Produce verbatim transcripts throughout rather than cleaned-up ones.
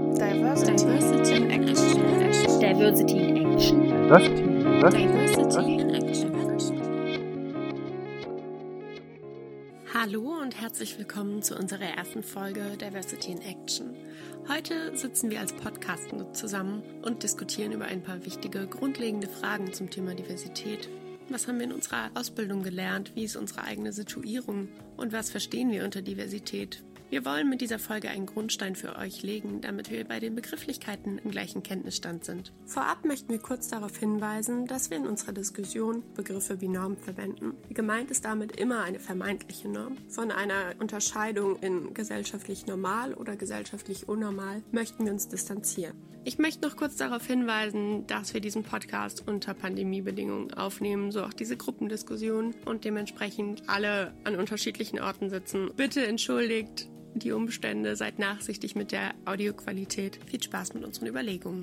Diversity. Diversity in Action. Diversity in Action. Diversity in Action. Hallo und herzlich willkommen zu unserer ersten Folge Diversity in Action. Heute sitzen wir als Podcastende zusammen und diskutieren über ein paar wichtige, grundlegende Fragen zum Thema Diversität. Was haben wir in unserer Ausbildung gelernt? Wie ist unsere eigene Situierung? Und was verstehen wir unter Diversität? Wir wollen mit dieser Folge einen Grundstein für euch legen, damit wir bei den Begrifflichkeiten im gleichen Kenntnisstand sind. Vorab möchten wir kurz darauf hinweisen, dass wir in unserer Diskussion Begriffe wie Norm verwenden. Gemeint ist damit immer eine vermeintliche Norm. Von einer Unterscheidung in gesellschaftlich normal oder gesellschaftlich unnormal möchten wir uns distanzieren. Ich möchte noch kurz darauf hinweisen, dass wir diesen Podcast unter Pandemiebedingungen aufnehmen, so auch diese Gruppendiskussion und dementsprechend alle an unterschiedlichen Orten sitzen. Bitte entschuldigt die Umstände, seid nachsichtig mit der Audioqualität. Viel Spaß mit unseren Überlegungen.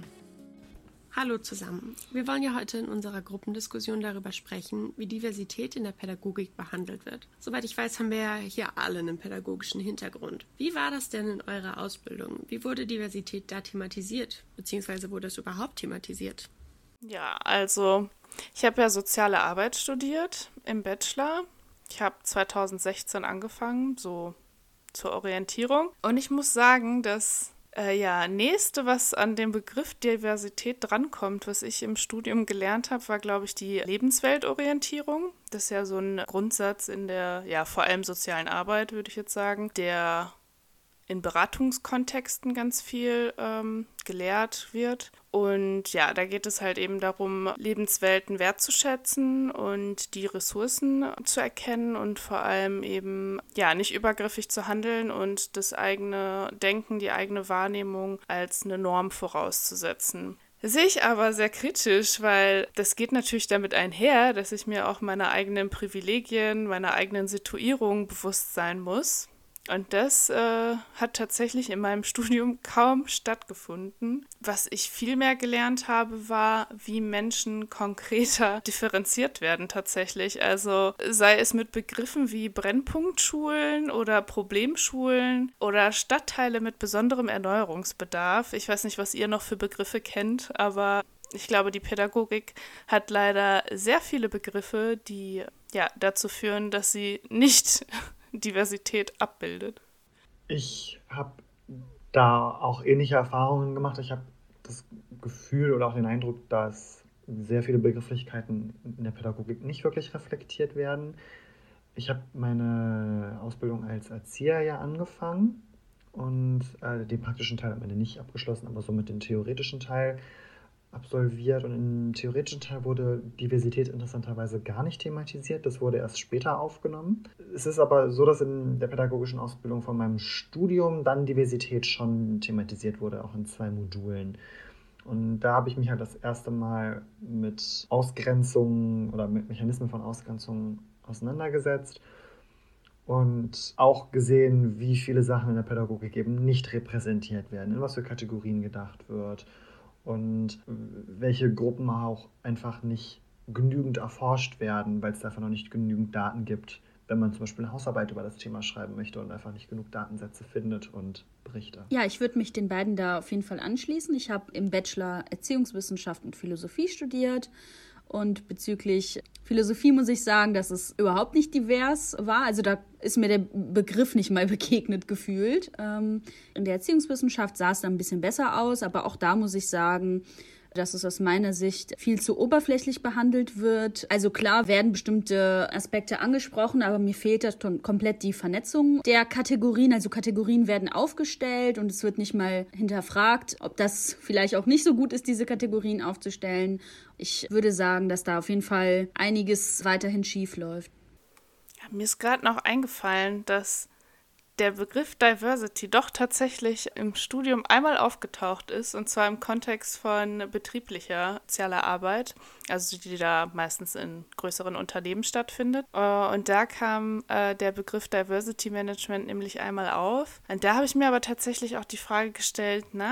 Hallo zusammen. Wir wollen ja heute in unserer Gruppendiskussion darüber sprechen, wie Diversität in der Pädagogik behandelt wird. Soweit ich weiß, haben wir ja hier alle einen pädagogischen Hintergrund. Wie war das denn in eurer Ausbildung? Wie wurde Diversität da thematisiert? Beziehungsweise wurde es überhaupt thematisiert? Ja, also ich habe ja soziale Arbeit studiert im Bachelor. Ich habe zweitausendsechzehn angefangen, so zur Orientierung. Und ich muss sagen, dass äh, ja, nächste, was an dem Begriff Diversität drankommt, was ich im Studium gelernt habe, war, glaube ich, die Lebensweltorientierung. Das ist ja so ein Grundsatz in der, ja, vor allem sozialen Arbeit, würde ich jetzt sagen, der in Beratungskontexten ganz viel ähm, gelehrt wird. Und ja, da geht es halt eben darum, Lebenswelten wertzuschätzen und die Ressourcen zu erkennen und vor allem eben ja nicht übergriffig zu handeln und das eigene Denken, die eigene Wahrnehmung als eine Norm vorauszusetzen. Das sehe ich aber sehr kritisch, weil das geht natürlich damit einher, dass ich mir auch meiner eigenen Privilegien, meiner eigenen Situierung bewusst sein muss. Und das äh, hat tatsächlich in meinem Studium kaum stattgefunden. Was ich viel mehr gelernt habe, war, wie Menschen konkreter differenziert werden tatsächlich. Also sei es mit Begriffen wie Brennpunktschulen oder Problemschulen oder Stadtteile mit besonderem Erneuerungsbedarf. Ich weiß nicht, was ihr noch für Begriffe kennt, aber ich glaube, die Pädagogik hat leider sehr viele Begriffe, die ja dazu führen, dass sie nicht Diversität abbildet. Ich habe da auch ähnliche Erfahrungen gemacht. Ich habe das Gefühl oder auch den Eindruck, dass sehr viele Begrifflichkeiten in der Pädagogik nicht wirklich reflektiert werden. Ich habe meine Ausbildung als Erzieher ja angefangen und äh, den praktischen Teil am Ende nicht abgeschlossen, aber somit den theoretischen Teil absolviert. Und im theoretischen Teil wurde Diversität interessanterweise gar nicht thematisiert. Das wurde erst später aufgenommen. Es ist aber so, dass in der pädagogischen Ausbildung von meinem Studium dann Diversität schon thematisiert wurde, auch in zwei Modulen. Und da habe ich mich halt das erste Mal mit Ausgrenzungen oder mit Mechanismen von Ausgrenzung auseinandergesetzt und auch gesehen, wie viele Sachen in der Pädagogik eben nicht repräsentiert werden, in was für Kategorien gedacht wird und welche Gruppen auch einfach nicht genügend erforscht werden, weil es dafür noch nicht genügend Daten gibt, wenn man zum Beispiel eine Hausarbeit über das Thema schreiben möchte und einfach nicht genug Datensätze findet und Berichte. Ja, ich würde mich den beiden da auf jeden Fall anschließen. Ich habe im Bachelor Erziehungswissenschaft und Philosophie studiert. Und bezüglich Philosophie muss ich sagen, dass es überhaupt nicht divers war. Also da ist mir der Begriff nicht mal begegnet gefühlt. In der Erziehungswissenschaft sah es dann ein bisschen besser aus, aber auch da muss ich sagen, dass es aus meiner Sicht viel zu oberflächlich behandelt wird. Also klar werden bestimmte Aspekte angesprochen, aber mir fehlt da komplett die Vernetzung der Kategorien. Also Kategorien werden aufgestellt und es wird nicht mal hinterfragt, ob das vielleicht auch nicht so gut ist, diese Kategorien aufzustellen. Ich würde sagen, dass da auf jeden Fall einiges weiterhin schief läuft. Ja, mir ist gerade noch eingefallen, dass der Begriff Diversity doch tatsächlich im Studium einmal aufgetaucht ist, und zwar im Kontext von betrieblicher sozialer Arbeit, also die da meistens in größeren Unternehmen stattfindet. Und da kam äh, der Begriff Diversity Management nämlich einmal auf. Und da habe ich mir aber tatsächlich auch die Frage gestellt, na,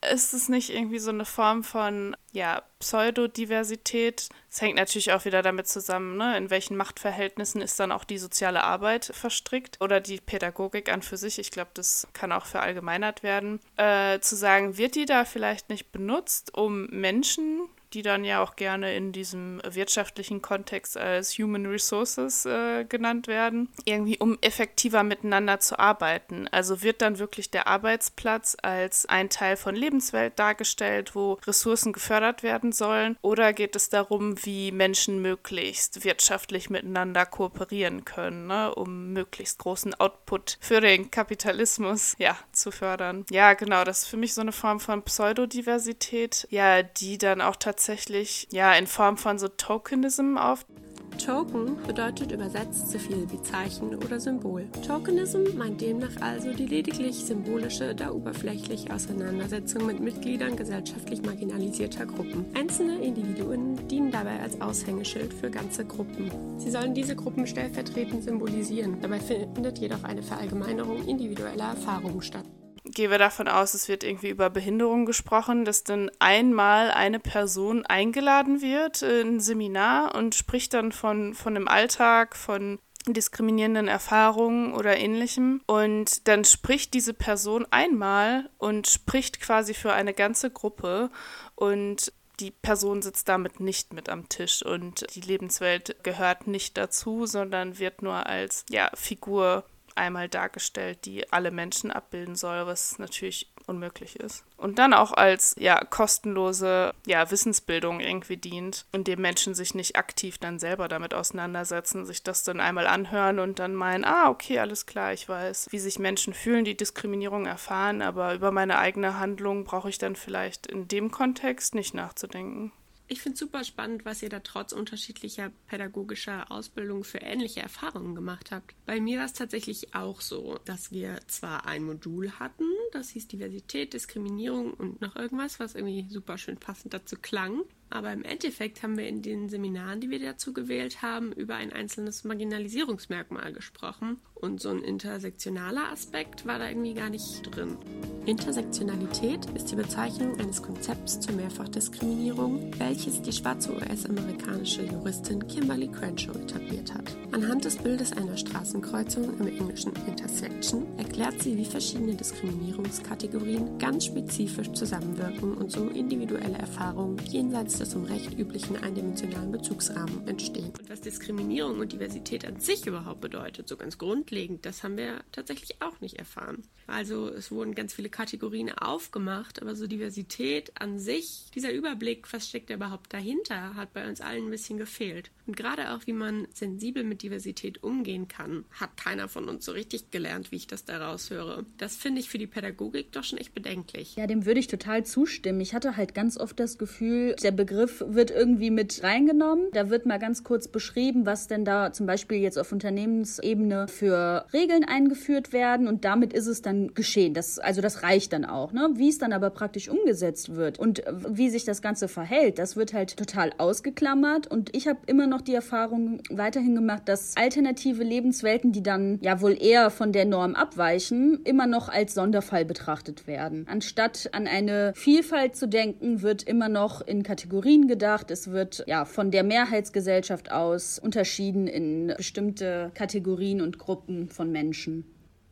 ist es nicht irgendwie so eine Form von, ja, Pseudodiversität? Es hängt natürlich auch wieder damit zusammen, ne? In welchen Machtverhältnissen ist dann auch die soziale Arbeit verstrickt oder die Pädagogik an für sich. Ich glaube, das kann auch verallgemeinert werden. Äh, zu sagen, wird die da vielleicht nicht benutzt, um Menschen, die dann ja auch gerne in diesem wirtschaftlichen Kontext als Human Resources äh, genannt werden, irgendwie um effektiver miteinander zu arbeiten. Also wird dann wirklich der Arbeitsplatz als ein Teil von Lebenswelt dargestellt, wo Ressourcen gefördert werden sollen, oder geht es darum, wie Menschen möglichst wirtschaftlich miteinander kooperieren können, ne, um möglichst großen Output für den Kapitalismus, ja, zu fördern. Ja, genau, das ist für mich so eine Form von Pseudodiversität, ja, die dann auch tatsächlich tatsächlich ja in Form von so Tokenism auf. Token bedeutet übersetzt so viel wie Zeichen oder Symbol. Tokenism meint demnach also die lediglich symbolische, da oberflächliche Auseinandersetzung mit Mitgliedern gesellschaftlich marginalisierter Gruppen. Einzelne Individuen dienen dabei als Aushängeschild für ganze Gruppen. Sie sollen diese Gruppen stellvertretend symbolisieren. Dabei findet jedoch eine Verallgemeinerung individueller Erfahrungen statt. Gehen wir davon aus, es wird irgendwie über Behinderung gesprochen, dass dann einmal eine Person eingeladen wird in ein Seminar und spricht dann von, von dem Alltag, von diskriminierenden Erfahrungen oder Ähnlichem. Und dann spricht diese Person einmal und spricht quasi für eine ganze Gruppe, und die Person sitzt damit nicht mit am Tisch und die Lebenswelt gehört nicht dazu, sondern wird nur als ja, Figur einmal dargestellt, die alle Menschen abbilden soll, was natürlich unmöglich ist. Und dann auch als ja kostenlose ja, Wissensbildung irgendwie dient, indem Menschen sich nicht aktiv dann selber damit auseinandersetzen, sich das dann einmal anhören und dann meinen, ah, okay, alles klar, ich weiß, wie sich Menschen fühlen, die Diskriminierung erfahren, aber über meine eigene Handlung brauche ich dann vielleicht in dem Kontext nicht nachzudenken. Ich finde es super spannend, was ihr da trotz unterschiedlicher pädagogischer Ausbildung für ähnliche Erfahrungen gemacht habt. Bei mir war es tatsächlich auch so, dass wir zwar ein Modul hatten, das hieß Diversität, Diskriminierung und noch irgendwas, was irgendwie super schön passend dazu klang. Aber im Endeffekt haben wir in den Seminaren, die wir dazu gewählt haben, über ein einzelnes Marginalisierungsmerkmal gesprochen. Und so ein intersektionaler Aspekt war da irgendwie gar nicht drin. Intersektionalität ist die Bezeichnung eines Konzepts zur Mehrfachdiskriminierung, welches die schwarze U S-amerikanische Juristin Kimberly Crenshaw etabliert hat. Anhand des Bildes einer Straßenkreuzung, im Englischen Intersection, erklärt sie, wie verschiedene Diskriminierungskategorien ganz spezifisch zusammenwirken und so individuelle Erfahrungen jenseits des im Recht üblichen eindimensionalen Bezugsrahmen entstehen. Und was Diskriminierung und Diversität an sich überhaupt bedeutet, so ganz grundlegend, das haben wir tatsächlich auch nicht erfahren. Also es wurden ganz viele Kategorien aufgemacht, aber so Diversität an sich, dieser Überblick, was steckt da überhaupt dahinter, hat bei uns allen ein bisschen gefehlt. Und gerade auch, wie man sensibel mit Diversität umgehen kann, hat keiner von uns so richtig gelernt, wie ich das da raushöre. Das finde ich für die Pädagogik doch schon echt bedenklich. Ja, dem würde ich total zustimmen. Ich hatte halt ganz oft das Gefühl, der Begriff wird irgendwie mit reingenommen. Da wird mal ganz kurz beschrieben, was denn da zum Beispiel jetzt auf Unternehmensebene für Regeln eingeführt werden, und damit ist es dann geschehen. Das, also das reicht dann auch, ne? Wie es dann aber praktisch umgesetzt wird und wie sich das Ganze verhält, das wird halt total ausgeklammert, und ich habe immer noch die Erfahrung weiterhin gemacht, dass alternative Lebenswelten, die dann ja wohl eher von der Norm abweichen, immer noch als Sonderfall betrachtet werden. Anstatt an eine Vielfalt zu denken, wird immer noch in Kategorien gedacht. Es wird ja von der Mehrheitsgesellschaft aus unterschieden in bestimmte Kategorien und Gruppen von Menschen.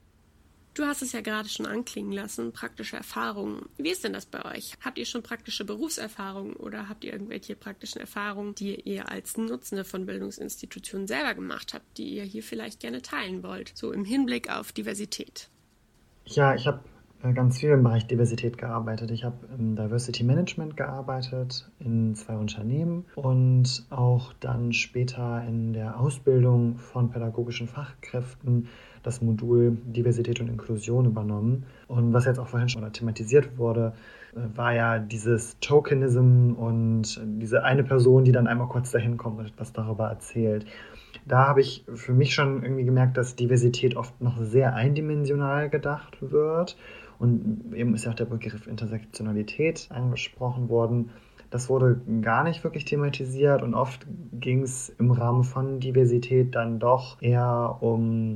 Du hast es ja gerade schon anklingen lassen, praktische Erfahrungen. Wie ist denn das bei euch? Habt ihr schon praktische Berufserfahrungen oder habt ihr irgendwelche praktischen Erfahrungen, die ihr als Nutzende von Bildungsinstitutionen selber gemacht habt, die ihr hier vielleicht gerne teilen wollt, so im Hinblick auf Diversität? Ja, ich habe ganz viel im Bereich Diversität gearbeitet. Ich habe im Diversity Management gearbeitet in zwei Unternehmen und auch dann später in der Ausbildung von pädagogischen Fachkräften das Modul Diversität und Inklusion übernommen. Und was jetzt auch vorhin schon thematisiert wurde, war ja dieses Tokenism und diese eine Person, die dann einmal kurz dahin kommt und etwas darüber erzählt. Da habe ich für mich schon irgendwie gemerkt, dass Diversität oft noch sehr eindimensional gedacht wird. Und eben ist ja auch der Begriff Intersektionalität angesprochen worden. Das wurde gar nicht wirklich thematisiert, und oft ging es im Rahmen von Diversität dann doch eher um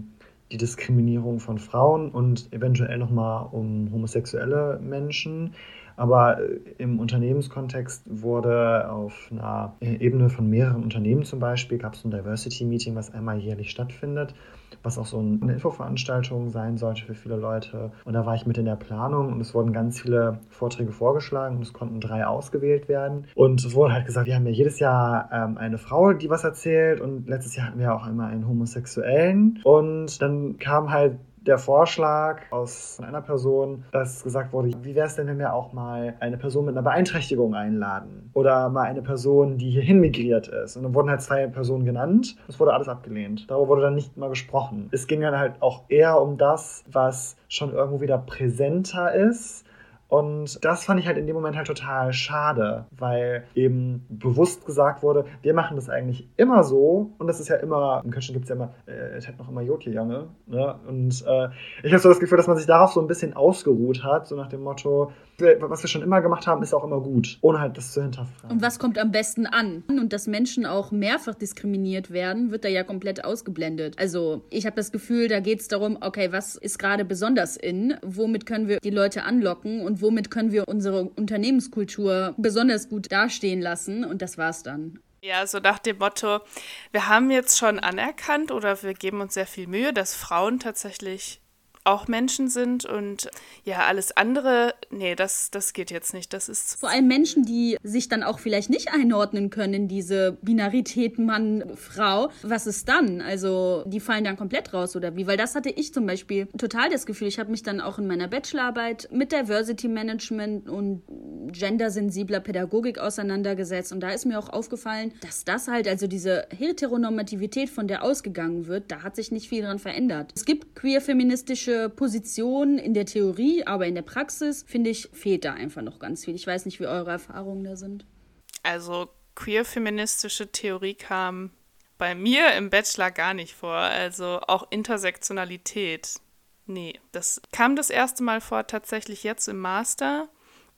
die Diskriminierung von Frauen und eventuell nochmal um homosexuelle Menschen. Aber im Unternehmenskontext wurde auf einer Ebene von mehreren Unternehmen zum Beispiel, gab es ein Diversity-Meeting, was einmal jährlich stattfindet, was auch so eine Infoveranstaltung sein sollte für viele Leute. Und da war ich mit in der Planung und es wurden ganz viele Vorträge vorgeschlagen und es konnten drei ausgewählt werden. Und es wurde halt gesagt, wir haben ja jedes Jahr ähm, eine Frau, die was erzählt, und letztes Jahr hatten wir auch einmal einen Homosexuellen. Und dann kam halt der Vorschlag aus einer Person, dass gesagt wurde, wie wäre es denn, wenn wir auch mal eine Person mit einer Beeinträchtigung einladen? Oder mal eine Person, die hierhin migriert ist. Und dann wurden halt zwei Personen genannt. Es wurde alles abgelehnt. Darüber wurde dann nicht mal gesprochen. Es ging dann halt auch eher um das, was schon irgendwo wieder präsenter ist. Und das fand ich halt in dem Moment halt total schade, weil eben bewusst gesagt wurde, wir machen das eigentlich immer so, und das ist ja immer, im Kölschen gibt es ja immer, äh, es hat noch immer Jotje Jange, ne? Und äh, ich habe so das Gefühl, dass man sich darauf so ein bisschen ausgeruht hat, so nach dem Motto, was wir schon immer gemacht haben, ist auch immer gut, ohne halt das zu hinterfragen. Und was kommt am besten an? Und dass Menschen auch mehrfach diskriminiert werden, wird da ja komplett ausgeblendet. Also ich habe das Gefühl, da geht es darum, okay, was ist gerade besonders in? Womit können wir die Leute anlocken und womit können wir unsere Unternehmenskultur besonders gut dastehen lassen? Und das war's dann. Ja, so nach dem Motto, wir haben jetzt schon anerkannt oder wir geben uns sehr viel Mühe, dass Frauen tatsächlich auch Menschen sind, und ja, alles andere, nee, das, das geht jetzt nicht. Das ist vor allem Menschen, die sich dann auch vielleicht nicht einordnen können in diese Binarität Mann, Frau. Was ist dann? Also die fallen dann komplett raus, oder wie? Weil das hatte ich zum Beispiel total das Gefühl. Ich habe mich dann auch in meiner Bachelorarbeit mit Diversity Management und gendersensibler Pädagogik auseinandergesetzt, und da ist mir auch aufgefallen, dass das halt, also diese Heteronormativität, von der ausgegangen wird, da hat sich nicht viel dran verändert. Es gibt queer-feministische Position in der Theorie, aber in der Praxis, finde ich, fehlt da einfach noch ganz viel. Ich weiß nicht, wie eure Erfahrungen da sind. Also queer-feministische Theorie kam bei mir im Bachelor gar nicht vor. Also auch Intersektionalität. Nee, das kam das erste Mal vor tatsächlich jetzt im Master.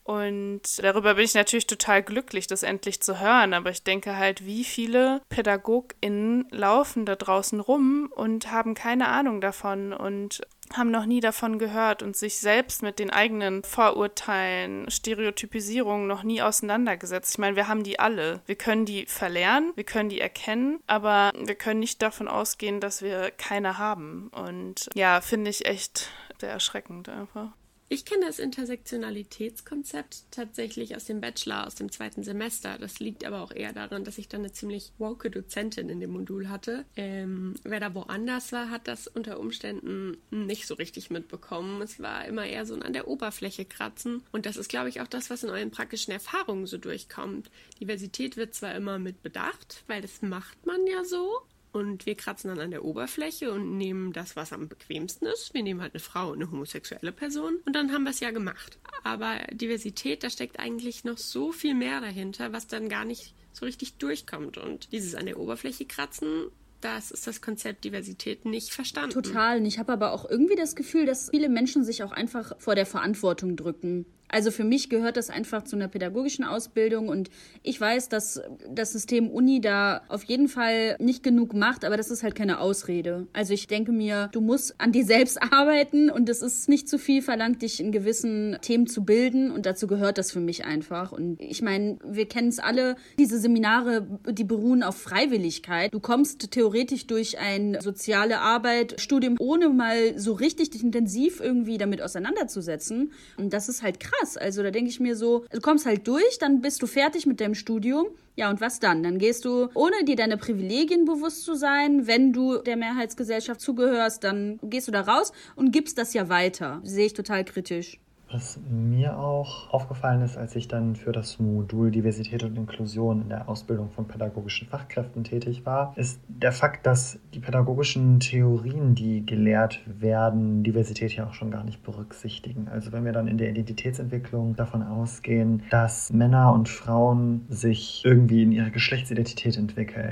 Und darüber bin ich natürlich total glücklich, das endlich zu hören. Aber ich denke halt, wie viele PädagogInnen laufen da draußen rum und haben keine Ahnung davon und haben noch nie davon gehört und sich selbst mit den eigenen Vorurteilen, Stereotypisierungen noch nie auseinandergesetzt. Ich meine, wir haben die alle. Wir können die verlernen, wir können die erkennen, aber wir können nicht davon ausgehen, dass wir keine haben. Und ja, finde ich echt sehr erschreckend einfach. Ich kenne das Intersektionalitätskonzept tatsächlich aus dem Bachelor, aus dem zweiten Semester. Das liegt aber auch eher daran, dass ich dann eine ziemlich woke Dozentin in dem Modul hatte. Ähm, wer da woanders war, hat das unter Umständen nicht so richtig mitbekommen. Es war immer eher so ein an der Oberfläche kratzen. Und das ist, glaube ich, auch das, was in euren praktischen Erfahrungen so durchkommt. Diversität wird zwar immer mit bedacht, weil das macht man ja so. Und wir kratzen dann an der Oberfläche und nehmen das, was am bequemsten ist. Wir nehmen halt eine Frau und eine homosexuelle Person und dann haben wir es ja gemacht. Aber Diversität, da steckt eigentlich noch so viel mehr dahinter, was dann gar nicht so richtig durchkommt. Und dieses an der Oberfläche kratzen, das ist das Konzept Diversität nicht verstanden. Total. Und ich habe aber auch irgendwie das Gefühl, dass viele Menschen sich auch einfach vor der Verantwortung drücken. Also für mich gehört das einfach zu einer pädagogischen Ausbildung, und ich weiß, dass das System Uni da auf jeden Fall nicht genug macht, aber das ist halt keine Ausrede. Also ich denke mir, du musst an dir selbst arbeiten, und es ist nicht zu viel verlangt, dich in gewissen Themen zu bilden, und dazu gehört das für mich einfach. Und ich meine, wir kennen es alle, diese Seminare, die beruhen auf Freiwilligkeit. Du kommst theoretisch durch ein soziale Arbeit, Studium, ohne mal so richtig dich intensiv irgendwie damit auseinanderzusetzen, und das ist halt krass. Also da denke ich mir so, du kommst halt durch, dann bist du fertig mit deinem Studium. Ja, und was dann? Dann gehst du, ohne dir deine Privilegien bewusst zu sein, wenn du der Mehrheitsgesellschaft zugehörst, dann gehst du da raus und gibst das ja weiter. Sehe ich total kritisch. Was mir auch aufgefallen ist, als ich dann für das Modul Diversität und Inklusion in der Ausbildung von pädagogischen Fachkräften tätig war, ist der Fakt, dass die pädagogischen Theorien, die gelehrt werden, Diversität ja auch schon gar nicht berücksichtigen. Also wenn wir dann in der Identitätsentwicklung davon ausgehen, dass Männer und Frauen sich irgendwie in ihre Geschlechtsidentität entwickeln,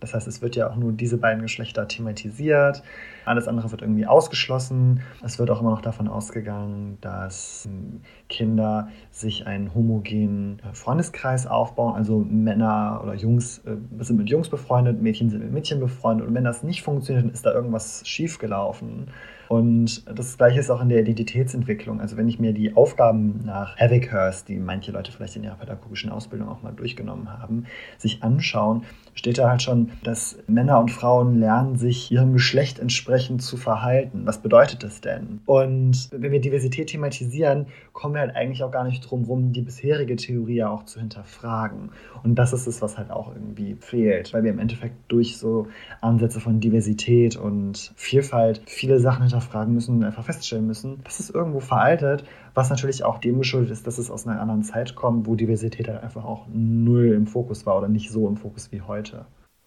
Das heißt, es wird ja auch nur diese beiden Geschlechter thematisiert. Alles andere wird irgendwie ausgeschlossen. Es wird auch immer noch davon ausgegangen, dass Kinder sich einen homogenen Freundeskreis aufbauen. Also Männer oder Jungs sind mit Jungs befreundet, Mädchen sind mit Mädchen befreundet. Und wenn das nicht funktioniert, dann ist da irgendwas schiefgelaufen. Und das Gleiche ist auch in der Identitätsentwicklung. Also wenn ich mir die Aufgaben nach Havikhurst, die manche Leute vielleicht in ihrer pädagogischen Ausbildung auch mal durchgenommen haben, sich anschauen, steht da halt schon, dass Männer und Frauen lernen, sich ihrem Geschlecht entsprechend zu verhalten. Was bedeutet das denn? Und wenn wir Diversität thematisieren, kommen wir halt eigentlich auch gar nicht drum rum, die bisherige Theorie ja auch zu hinterfragen. Und das ist es, was halt auch irgendwie fehlt, weil wir im Endeffekt durch so Ansätze von Diversität und Vielfalt viele Sachen hinterfragen müssen und einfach feststellen müssen, das ist irgendwo veraltet, was natürlich auch dem geschuldet ist, dass es aus einer anderen Zeit kommt, wo Diversität halt einfach auch null im Fokus war oder nicht so im Fokus wie heute.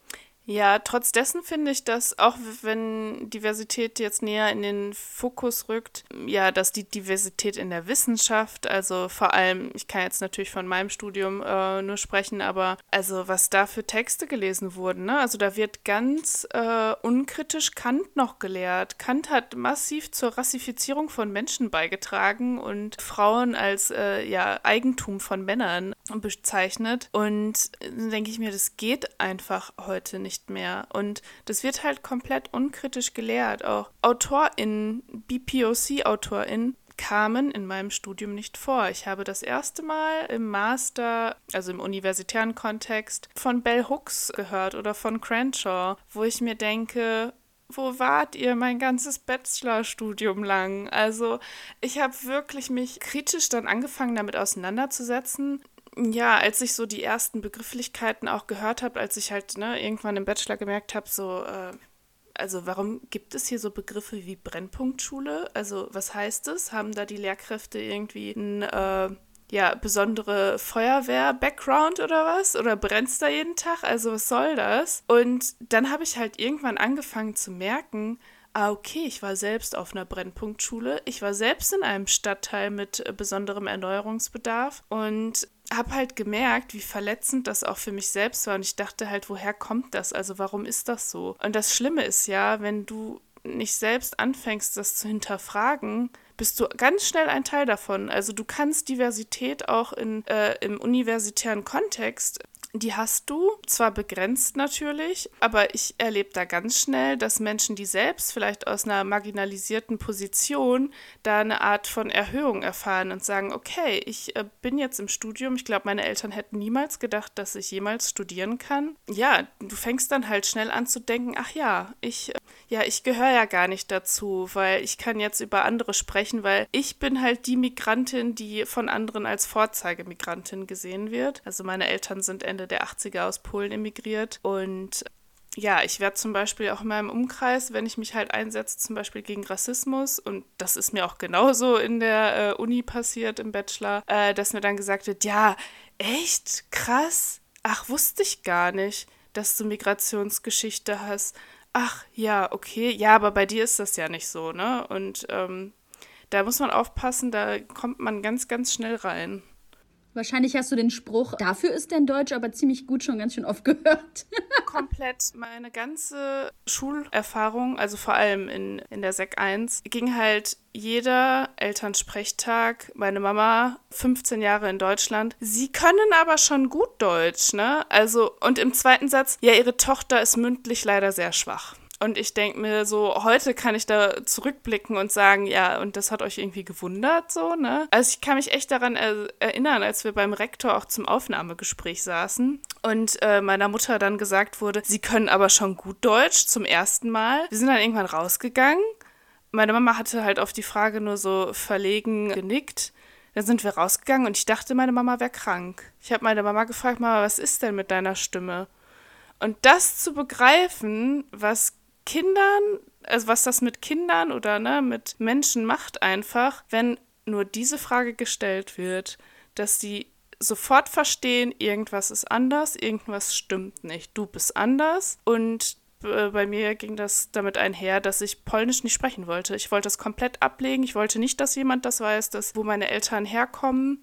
Ja, trotz dessen finde ich, dass auch wenn Diversität jetzt näher in den Fokus rückt, ja, dass die Diversität in der Wissenschaft, also vor allem, ich kann jetzt natürlich von meinem Studium äh, nur sprechen, aber also was da für Texte gelesen wurden, ne? Also da wird ganz äh, unkritisch Kant noch gelehrt. Kant hat massiv zur Rassifizierung von Menschen beigetragen und Frauen als äh, ja, Eigentum von Männern bezeichnet. Und dann denke ich mir, das geht einfach heute nicht mehr. Und das wird halt komplett unkritisch gelehrt. Auch AutorInnen, B P O C-AutorInnen kamen in meinem Studium nicht vor. Ich habe das erste Mal im Master, also im universitären Kontext, von Bell Hooks gehört oder von Crenshaw, wo ich mir denke, wo wart ihr mein ganzes Bachelorstudium lang? Also ich habe wirklich mich kritisch dann angefangen, damit auseinanderzusetzen. Ja, als ich so die ersten Begrifflichkeiten auch gehört habe, als ich halt ne, irgendwann im Bachelor gemerkt habe, so, äh, also warum gibt es hier so Begriffe wie Brennpunktschule? Also was heißt das? Haben da die Lehrkräfte irgendwie ein äh, ja, besondere Feuerwehr-Background oder was? Oder brennst da jeden Tag? Also was soll das? Und dann habe ich halt irgendwann angefangen zu merken, ah, okay, ich war selbst auf einer Brennpunktschule. Ich war selbst in einem Stadtteil mit äh, besonderem Erneuerungsbedarf und habe halt gemerkt, wie verletzend das auch für mich selbst war. Und ich dachte halt, woher kommt das? Also warum ist das so? Und das Schlimme ist ja, wenn du nicht selbst anfängst, das zu hinterfragen, bist du ganz schnell ein Teil davon. Also du kannst Diversität auch in, äh, im universitären Kontext, die hast du, zwar begrenzt natürlich, aber ich erlebe da ganz schnell, dass Menschen, die selbst vielleicht aus einer marginalisierten Position da eine Art von Erhöhung erfahren und sagen, okay, ich äh, bin jetzt im Studium, ich glaube, meine Eltern hätten niemals gedacht, dass ich jemals studieren kann. Ja, du fängst dann halt schnell an zu denken, ach ja, ich, äh, ja, ich gehöre ja gar nicht dazu, weil ich kann jetzt über andere sprechen, weil ich bin halt die Migrantin, die von anderen als Vorzeigemigrantin gesehen wird. Also meine Eltern sind Ende der achtziger aus Polen emigriert und ja, ich werde zum Beispiel auch in meinem Umkreis, wenn ich mich halt einsetze, zum Beispiel gegen Rassismus, und das ist mir auch genauso in der äh, Uni passiert, im Bachelor, äh, dass mir dann gesagt wird, ja, echt? Krass? Ach, wusste ich gar nicht, dass du Migrationsgeschichte hast. Ach, ja, okay, ja, aber bei dir ist das ja nicht so, ne? Und ähm, da muss man aufpassen, da kommt man ganz, ganz schnell rein. Wahrscheinlich hast du den Spruch, dafür ist dein Deutsch aber ziemlich gut, schon ganz schön oft gehört. Komplett. Meine ganze Schulerfahrung, also vor allem in, in der Sek eins, ging halt jeder Elternsprechtag. Meine Mama, fünfzehn Jahre in Deutschland. Sie können aber schon gut Deutsch, ne? Also, und im zweiten Satz, ja, ihre Tochter ist mündlich leider sehr schwach. Und ich denke mir so, heute kann ich da zurückblicken und sagen, ja, und das hat euch irgendwie gewundert, so, ne? Also ich kann mich echt daran er- erinnern, als wir beim Rektor auch zum Aufnahmegespräch saßen und äh, meiner Mutter dann gesagt wurde, sie können aber schon gut Deutsch zum ersten Mal. Wir sind dann irgendwann rausgegangen. Meine Mama hatte halt auf die Frage nur so verlegen genickt. Dann sind wir rausgegangen und ich dachte, meine Mama wäre krank. Ich habe meine Mama gefragt, Mama, was ist denn mit deiner Stimme? Und das zu begreifen, was Kindern, also was das mit Kindern oder ne, mit Menschen macht einfach, wenn nur diese Frage gestellt wird, dass die sofort verstehen, irgendwas ist anders, irgendwas stimmt nicht, du bist anders. Und äh, bei mir ging das damit einher, dass ich Polnisch nicht sprechen wollte. Ich wollte das komplett ablegen, ich wollte nicht, dass jemand das weiß, dass, wo meine Eltern herkommen.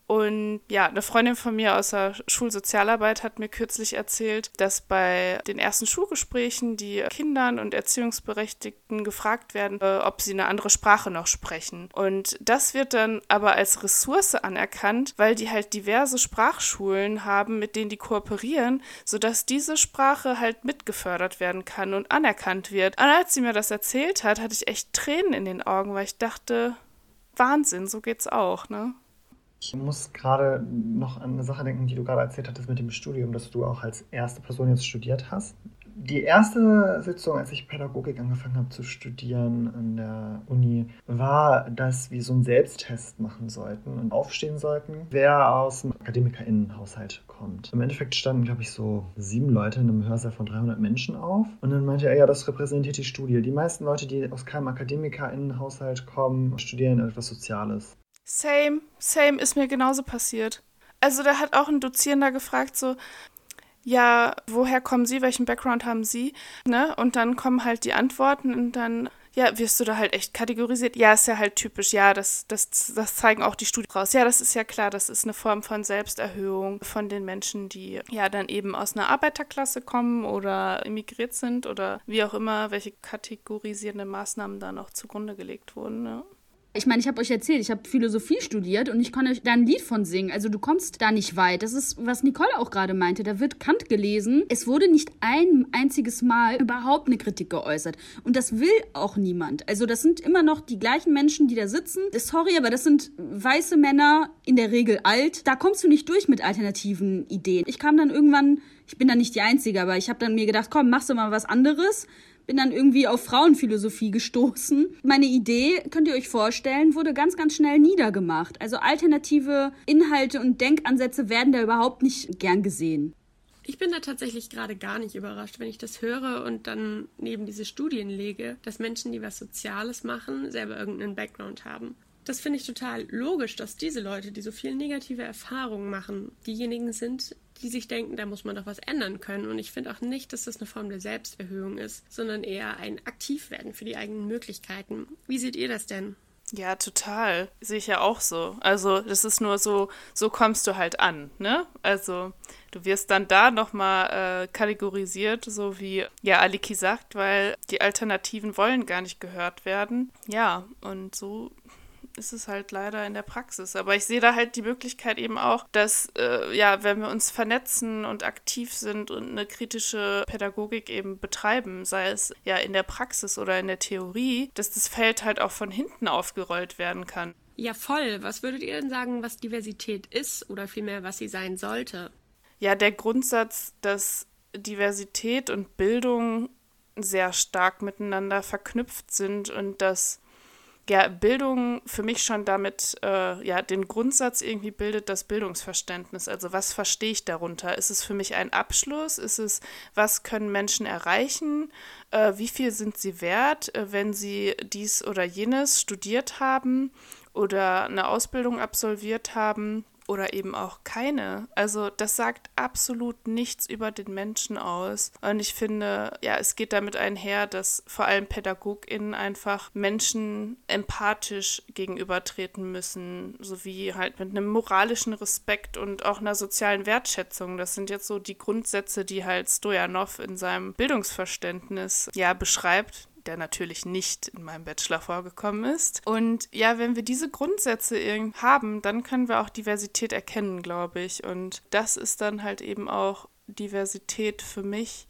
Und ja, eine Freundin von mir aus der Schulsozialarbeit hat mir kürzlich erzählt, dass bei den ersten Schulgesprächen die Kindern und Erziehungsberechtigten gefragt werden, ob sie eine andere Sprache noch sprechen. Und das wird dann aber als Ressource anerkannt, weil die halt diverse Sprachschulen haben, mit denen die kooperieren, sodass diese Sprache halt mitgefördert werden kann und anerkannt wird. Und als sie mir das erzählt hat, hatte ich echt Tränen in den Augen, weil ich dachte, Wahnsinn, so geht's auch, ne? Ich muss gerade noch an eine Sache denken, die du gerade erzählt hattest mit dem Studium, dass du auch als erste Person jetzt studiert hast. Die erste Sitzung, als ich Pädagogik angefangen habe zu studieren an der Uni, war, dass wir so einen Selbsttest machen sollten und aufstehen sollten, wer aus dem AkademikerInnenhaushalt kommt. Im Endeffekt standen, glaube ich, so sieben Leute in einem Hörsaal von dreihundert Menschen auf. Und dann meinte er, ja, das repräsentiert die Studie. Die meisten Leute, die aus keinem AkademikerInnenhaushalt kommen, studieren etwas Soziales. Same, same ist mir genauso passiert. Also da hat auch ein Dozierender gefragt so, ja, woher kommen Sie, welchen Background haben Sie, ne? Und dann kommen halt die Antworten und dann, ja, wirst du da halt echt kategorisiert. Ja, ist ja halt typisch, ja, das, das, das zeigen auch die Studien raus. Ja, das ist ja klar, das ist eine Form von Selbsterhöhung von den Menschen, die ja dann eben aus einer Arbeiterklasse kommen oder immigriert sind oder wie auch immer, welche kategorisierende Maßnahmen da noch zugrunde gelegt wurden, ne? Ich meine, ich habe euch erzählt, ich habe Philosophie studiert und ich kann euch da ein Lied von singen. Also du kommst da nicht weit. Das ist, was Nicole auch gerade meinte. Da wird Kant gelesen. Es wurde nicht ein einziges Mal überhaupt eine Kritik geäußert. Und das will auch niemand. Also das sind immer noch die gleichen Menschen, die da sitzen. Sorry, aber das sind weiße Männer, in der Regel alt. Da kommst du nicht durch mit alternativen Ideen. Ich kam dann irgendwann, ich bin da nicht die Einzige, aber ich habe dann mir gedacht, komm, machst du mal was anderes. Bin dann irgendwie auf Frauenphilosophie gestoßen. Meine Idee, könnt ihr euch vorstellen, wurde ganz, ganz schnell niedergemacht. Also alternative Inhalte und Denkansätze werden da überhaupt nicht gern gesehen. Ich bin da tatsächlich gerade gar nicht überrascht, wenn ich das höre und dann neben diese Studien lege, dass Menschen, die was Soziales machen, selber irgendeinen Background haben. Das finde ich total logisch, dass diese Leute, die so viel negative Erfahrungen machen, diejenigen sind, die sich denken, da muss man doch was ändern können. Und ich finde auch nicht, dass das eine Form der Selbsterhöhung ist, sondern eher ein Aktivwerden für die eigenen Möglichkeiten. Wie seht ihr das denn? Ja, total. Sehe ich ja auch so. Also das ist nur so, so kommst du halt an, ne? Also du wirst dann da nochmal äh, kategorisiert, so wie ja Aliki sagt, weil die Alternativen wollen gar nicht gehört werden. Ja, und so ist es halt leider in der Praxis. Aber ich sehe da halt die Möglichkeit eben auch, dass, äh, ja, wenn wir uns vernetzen und aktiv sind und eine kritische Pädagogik eben betreiben, sei es ja in der Praxis oder in der Theorie, dass das Feld halt auch von hinten aufgerollt werden kann. Ja, voll. Was würdet ihr denn sagen, was Diversität ist oder vielmehr, was sie sein sollte? Ja, der Grundsatz, dass Diversität und Bildung sehr stark miteinander verknüpft sind und dass ja, Bildung für mich schon damit äh, ja, den Grundsatz irgendwie bildet, das Bildungsverständnis. Also was verstehe ich darunter? Ist es für mich ein Abschluss? Ist es, was können Menschen erreichen? Äh, wie viel sind sie wert, äh, wenn sie dies oder jenes studiert haben oder eine Ausbildung absolviert haben? Oder eben auch keine. Also das sagt absolut nichts über den Menschen aus. Und ich finde, ja, es geht damit einher, dass vor allem PädagogInnen einfach Menschen empathisch gegenübertreten müssen, sowie halt mit einem moralischen Respekt und auch einer sozialen Wertschätzung. Das sind jetzt so die Grundsätze, die halt Stojanov in seinem Bildungsverständnis ja beschreibt, der natürlich nicht in meinem Bachelor vorgekommen ist. Und ja, wenn wir diese Grundsätze irgendwie haben, dann können wir auch Diversität erkennen, glaube ich. Und das ist dann halt eben auch Diversität für mich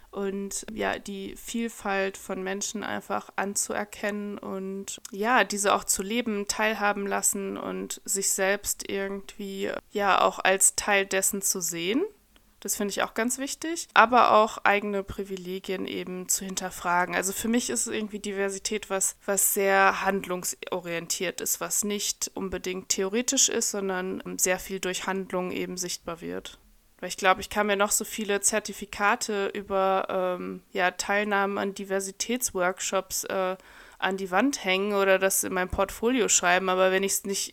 und ja, die Vielfalt von Menschen einfach anzuerkennen und ja, diese auch zu leben, teilhaben lassen und sich selbst irgendwie ja auch als Teil dessen zu sehen. Das finde ich auch ganz wichtig, aber auch eigene Privilegien eben zu hinterfragen. Also für mich ist irgendwie Diversität was, was sehr handlungsorientiert ist, was nicht unbedingt theoretisch ist, sondern sehr viel durch Handlung eben sichtbar wird. Weil ich glaube, ich kann mir noch so viele Zertifikate über ähm, ja, Teilnahmen an Diversitätsworkshops äh, an die Wand hängen oder das in mein Portfolio schreiben, aber wenn ich es nicht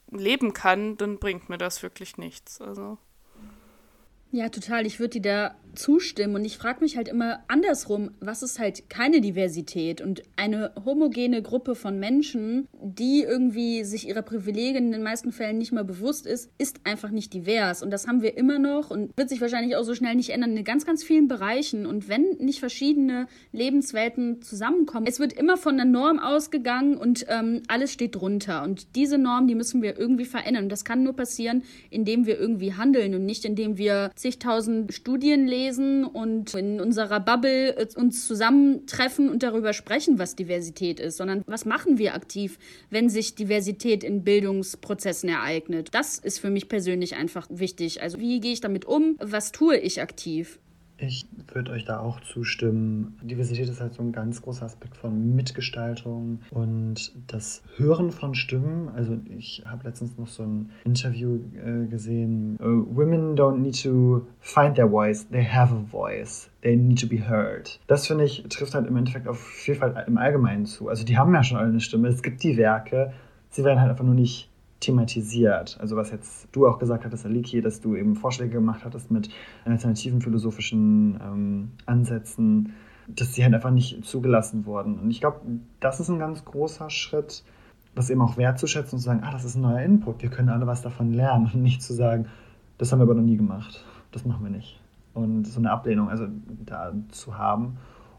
leben kann, dann bringt mir das wirklich nichts. Also Ja, total. Ich würde dir da zustimmen. Und ich frage mich halt immer andersrum, was ist halt keine Diversität? Und eine homogene Gruppe von Menschen, die irgendwie sich ihrer Privilegien in den meisten Fällen nicht mehr bewusst ist, ist einfach nicht divers. Und das haben wir immer noch und wird sich wahrscheinlich auch so schnell nicht ändern in ganz, ganz vielen Bereichen. Und wenn nicht verschiedene Lebenswelten zusammenkommen, es wird immer von einer Norm ausgegangen und ähm, alles steht drunter. Und diese Norm, die müssen wir irgendwie verändern. Und das kann nur passieren, indem wir irgendwie handeln und nicht indem wir zigtausend Studien lesen und in unserer Bubble uns zusammentreffen und darüber sprechen, was Diversität ist, sondern was machen wir aktiv, wenn sich Diversität in Bildungsprozessen ereignet. Das ist für mich persönlich einfach wichtig. Also wie gehe ich damit um? Was tue ich aktiv? Ich würde euch da auch zustimmen. Diversität ist halt so ein ganz großer Aspekt von Mitgestaltung und das Hören von Stimmen. Also ich habe letztens noch so ein Interview äh, gesehen. Uh, Women don't need to find their voice, they have a voice. They need to be heard. Das, finde ich, trifft halt im Endeffekt auf Vielfalt im Allgemeinen zu. Also die haben ja schon alle eine Stimme. Es gibt die Werke, sie werden halt einfach nur nicht thematisiert. Also was jetzt du auch gesagt hattest, Aliki, dass du eben Vorschläge gemacht hattest mit alternativen philosophischen ähm, Ansätzen, dass die halt einfach nicht zugelassen wurden. Und ich glaube, das ist ein ganz großer Schritt, das eben auch wertzuschätzen und zu sagen, ah, das ist ein neuer Input, wir können alle was davon lernen und nicht zu sagen, das haben wir aber noch nie gemacht, das machen wir nicht. Und so eine Ablehnung also da zu haben.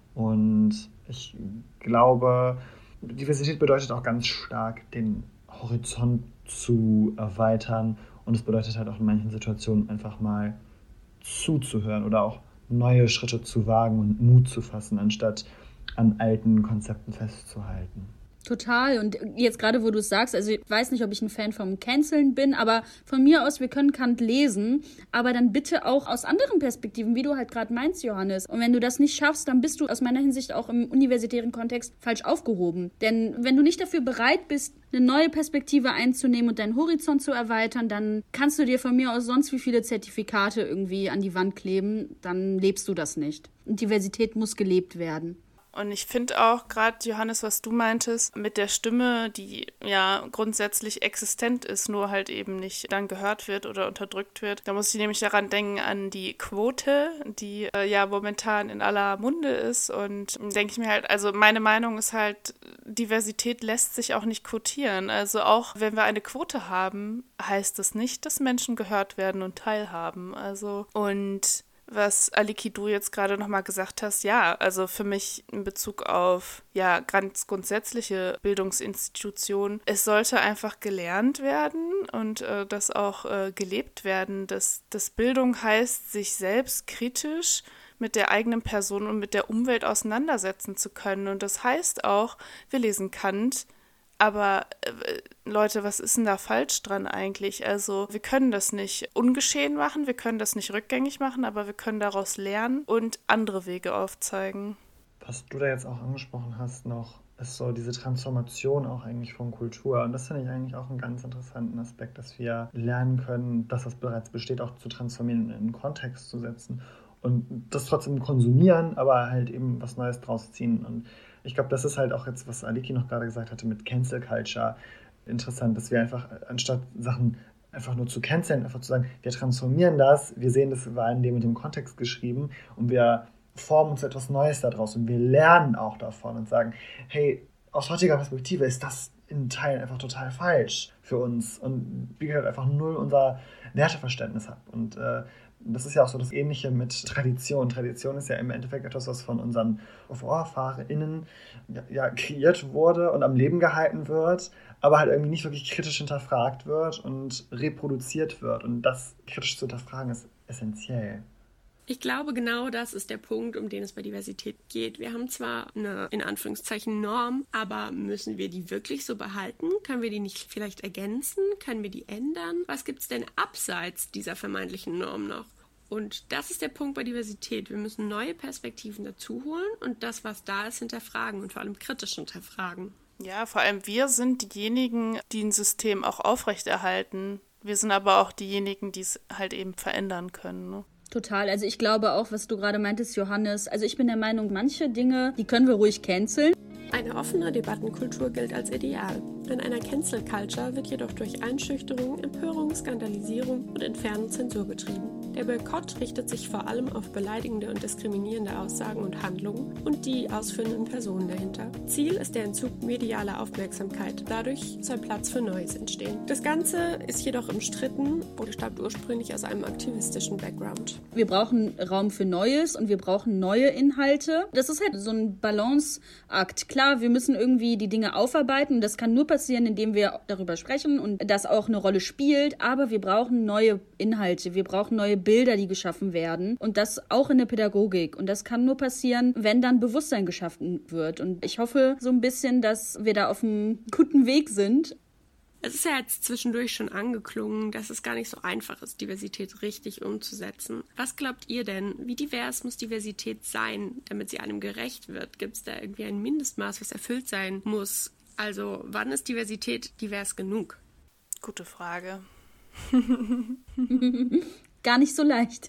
Und ich glaube, Diversität bedeutet auch ganz stark den Horizont zu erweitern und es bedeutet halt auch in manchen Situationen einfach mal zuzuhören oder auch neue Schritte zu wagen und Mut zu fassen, anstatt an alten Konzepten festzuhalten. Total. Und jetzt gerade, wo du es sagst, also ich weiß nicht, ob ich ein Fan vom Canceln bin, aber von mir aus, wir können Kant lesen, aber dann bitte auch aus anderen Perspektiven, wie du halt gerade meinst, Johannes. Und wenn du das nicht schaffst, dann bist du aus meiner Hinsicht auch im universitären Kontext falsch aufgehoben. Denn wenn du nicht dafür bereit bist, eine neue Perspektive einzunehmen und deinen Horizont zu erweitern, dann kannst du dir von mir aus sonst wie viele Zertifikate irgendwie an die Wand kleben, dann lebst du das nicht. Und Diversität muss gelebt werden. Und ich finde auch gerade, Johannes, was du meintest, mit der Stimme, die ja grundsätzlich existent ist, nur halt eben nicht dann gehört wird oder unterdrückt wird. Da muss ich nämlich daran denken, an die Quote, die äh, ja momentan in aller Munde ist. Und denke ich mir halt, also meine Meinung ist halt, Diversität lässt sich auch nicht quotieren. Also auch wenn wir eine Quote haben, heißt das nicht, dass Menschen gehört werden und teilhaben. Also und was Aliki, du jetzt gerade nochmal gesagt hast, ja, also für mich in Bezug auf ja ganz grundsätzliche Bildungsinstitutionen, es sollte einfach gelernt werden und äh, das auch äh, gelebt werden, dass, dass Bildung heißt, sich selbst kritisch mit der eigenen Person und mit der Umwelt auseinandersetzen zu können. Und das heißt auch, wir lesen Kant, aber äh, Leute, was ist denn da falsch dran eigentlich? Also wir können das nicht ungeschehen machen, wir können das nicht rückgängig machen, aber wir können daraus lernen und andere Wege aufzeigen. Was du da jetzt auch angesprochen hast noch, ist so diese Transformation auch eigentlich von Kultur. Und das finde ich eigentlich auch einen ganz interessanten Aspekt, dass wir lernen können, das, was bereits besteht, auch zu transformieren und in einen Kontext zu setzen. Und das trotzdem konsumieren, aber halt eben was Neues draus ziehen. Und ich glaube, das ist halt auch jetzt, was Aliki noch gerade gesagt hatte mit Cancel Culture, interessant, dass wir einfach, anstatt Sachen einfach nur zu canceln, einfach zu sagen, wir transformieren das, wir sehen, das war in dem und dem Kontext geschrieben und wir formen uns etwas Neues daraus und wir lernen auch davon und sagen, hey, aus heutiger Perspektive ist das in Teilen einfach total falsch für uns und spiegelt halt einfach null unser Werteverständnis ab. Und äh, das ist ja auch so das Ähnliche mit Tradition. Tradition ist ja im Endeffekt etwas, was von unseren VorfahrerInnen ja, ja, kreiert wurde und am Leben gehalten wird, aber halt irgendwie nicht wirklich kritisch hinterfragt wird und reproduziert wird. Und das kritisch zu hinterfragen ist essentiell. Ich glaube, genau das ist der Punkt, um den es bei Diversität geht. Wir haben zwar eine, in Anführungszeichen, Norm, aber müssen wir die wirklich so behalten? Können wir die nicht vielleicht ergänzen? Können wir die ändern? Was gibt es denn abseits dieser vermeintlichen Norm noch? Und das ist der Punkt bei Diversität. Wir müssen neue Perspektiven dazu holen und das, was da ist, hinterfragen und vor allem kritisch hinterfragen. Ja, vor allem wir sind diejenigen, die ein System auch aufrechterhalten. Wir sind aber auch diejenigen, die es halt eben verändern können, ne? Total. Also ich glaube auch, was du gerade meintest, Johannes, also ich bin der Meinung, manche Dinge, die können wir ruhig canceln. Eine offene Debattenkultur gilt als ideal. In einer Cancel Culture wird jedoch durch Einschüchterung, Empörung, Skandalisierung und Entfernung Zensur betrieben. Der Boykott richtet sich vor allem auf beleidigende und diskriminierende Aussagen und Handlungen und die ausführenden Personen dahinter. Ziel ist der Entzug medialer Aufmerksamkeit. Dadurch soll Platz für Neues entstehen. Das Ganze ist jedoch umstritten und stammt ursprünglich aus einem aktivistischen Background. Wir brauchen Raum für Neues und wir brauchen neue Inhalte. Das ist halt so ein Balanceakt. Klar, wir müssen irgendwie die Dinge aufarbeiten. Das kann nur passieren, indem wir darüber sprechen und das auch eine Rolle spielt. Aber wir brauchen neue Inhalte. Wir brauchen neue Bilder, die geschaffen werden. Und das auch in der Pädagogik. Und das kann nur passieren, wenn dann Bewusstsein geschaffen wird. Und ich hoffe so ein bisschen, dass wir da auf einem guten Weg sind. Es ist ja jetzt zwischendurch schon angeklungen, dass es gar nicht so einfach ist, Diversität richtig umzusetzen. Was glaubt ihr denn? Wie divers muss Diversität sein, damit sie einem gerecht wird? Gibt es da irgendwie ein Mindestmaß, was erfüllt sein muss? Also, wann ist Diversität divers genug? Gute Frage. Gar nicht so leicht.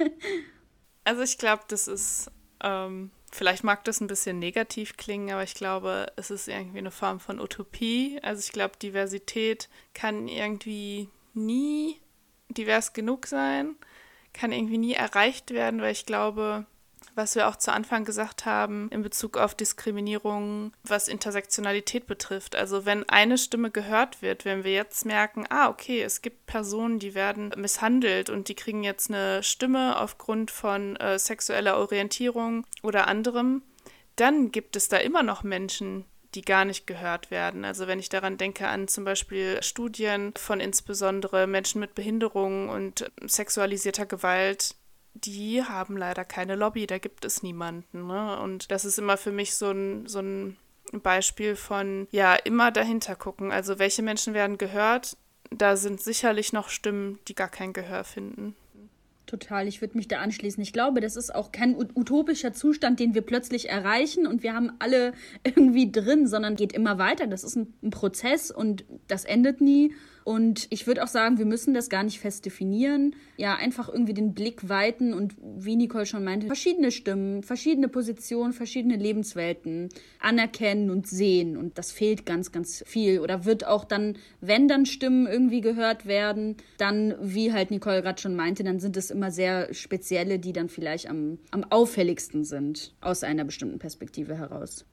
Also ich glaube, das ist, ähm, vielleicht mag das ein bisschen negativ klingen, aber ich glaube, es ist irgendwie eine Form von Utopie. Also ich glaube, Diversität kann irgendwie nie divers genug sein, kann irgendwie nie erreicht werden, weil ich glaube, was wir auch zu Anfang gesagt haben in Bezug auf Diskriminierung, was Intersektionalität betrifft. Also wenn eine Stimme gehört wird, wenn wir jetzt merken, ah, okay, es gibt Personen, die werden misshandelt und die kriegen jetzt eine Stimme aufgrund von äh, sexueller Orientierung oder anderem, dann gibt es da immer noch Menschen, die gar nicht gehört werden. Also wenn ich daran denke an zum Beispiel Studien von insbesondere Menschen mit Behinderungen und sexualisierter Gewalt, die haben leider keine Lobby, da gibt es niemanden. Ne? Und das ist immer für mich so ein, so ein Beispiel von, ja, immer dahinter gucken. Also welche Menschen werden gehört? Da sind sicherlich noch Stimmen, die gar kein Gehör finden. Total, ich würde mich da anschließen. Ich glaube, das ist auch kein utopischer Zustand, den wir plötzlich erreichen und wir haben alle irgendwie drin, sondern geht immer weiter. Das ist ein, ein Prozess und das endet nie. Und ich würde auch sagen, wir müssen das gar nicht fest definieren. Ja, einfach irgendwie den Blick weiten und wie Nicole schon meinte, verschiedene Stimmen, verschiedene Positionen, verschiedene Lebenswelten anerkennen und sehen. Und das fehlt ganz, ganz viel. Oder wird auch dann, wenn dann Stimmen irgendwie gehört werden, dann, wie halt Nicole gerade schon meinte, dann sind es immer sehr spezielle, die dann vielleicht am, am auffälligsten sind, aus einer bestimmten Perspektive heraus.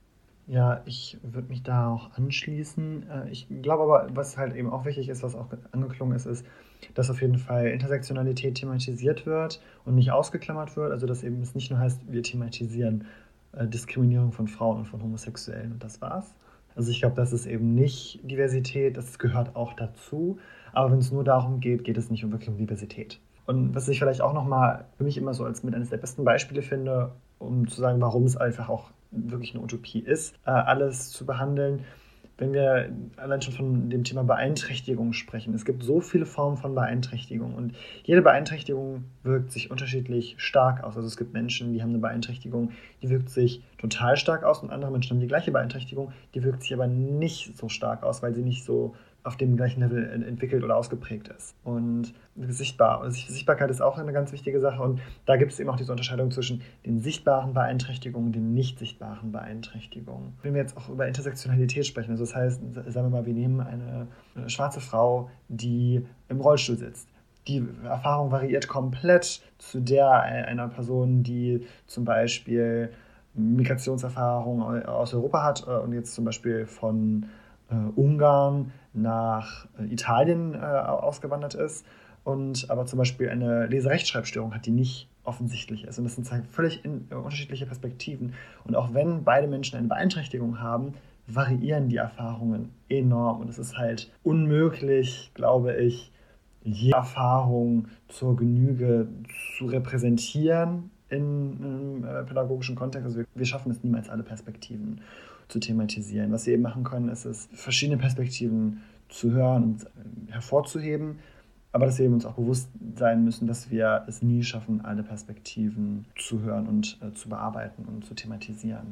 Ja, ich würde mich da auch anschließen. Ich glaube aber, was halt eben auch wichtig ist, was auch angeklungen ist, ist, dass auf jeden Fall Intersektionalität thematisiert wird und nicht ausgeklammert wird. Also dass eben es nicht nur heißt, wir thematisieren äh, Diskriminierung von Frauen und von Homosexuellen und das war's. Also ich glaube, das ist eben nicht Diversität, das gehört auch dazu. Aber wenn es nur darum geht, geht es nicht um wirklich um Diversität. Und was ich vielleicht auch nochmal für mich immer so als mit eines der besten Beispiele finde, um zu sagen, warum es einfach auch wirklich eine Utopie ist, äh, alles zu behandeln. Wenn wir allein schon von dem Thema Beeinträchtigung sprechen, es gibt so viele Formen von Beeinträchtigung und jede Beeinträchtigung wirkt sich unterschiedlich stark aus. Also es gibt Menschen, die haben eine Beeinträchtigung, die wirkt sich total stark aus und andere Menschen haben die gleiche Beeinträchtigung, die wirkt sich aber nicht so stark aus, weil sie nicht so auf dem gleichen Level entwickelt oder ausgeprägt ist. Und sichtbar. Also Sichtbarkeit ist auch eine ganz wichtige Sache und da gibt es eben auch diese Unterscheidung zwischen den sichtbaren Beeinträchtigungen und den nicht sichtbaren Beeinträchtigungen. Wenn wir jetzt auch über Intersektionalität sprechen, also das heißt, sagen wir mal, wir nehmen eine, eine schwarze Frau, die im Rollstuhl sitzt. Die Erfahrung variiert komplett zu der einer Person, die zum Beispiel Migrationserfahrung aus Europa hat und jetzt zum Beispiel von äh, Ungarn nach Italien äh, ausgewandert ist und aber zum Beispiel eine Leserechtschreibstörung hat, die nicht offensichtlich ist. Und das sind zwei völlig in, äh, unterschiedliche Perspektiven. Und auch wenn beide Menschen eine Beeinträchtigung haben, variieren die Erfahrungen enorm. Und es ist halt unmöglich, glaube ich, jede Erfahrung zur Genüge zu repräsentieren in einem äh, pädagogischen Kontext. Also wir, wir schaffen es niemals, alle Perspektiven zu thematisieren. Was wir eben machen können, ist es, verschiedene Perspektiven zu hören und äh, hervorzuheben, aber dass wir eben uns auch bewusst sein müssen, dass wir es nie schaffen, alle Perspektiven zu hören und äh, zu bearbeiten und zu thematisieren.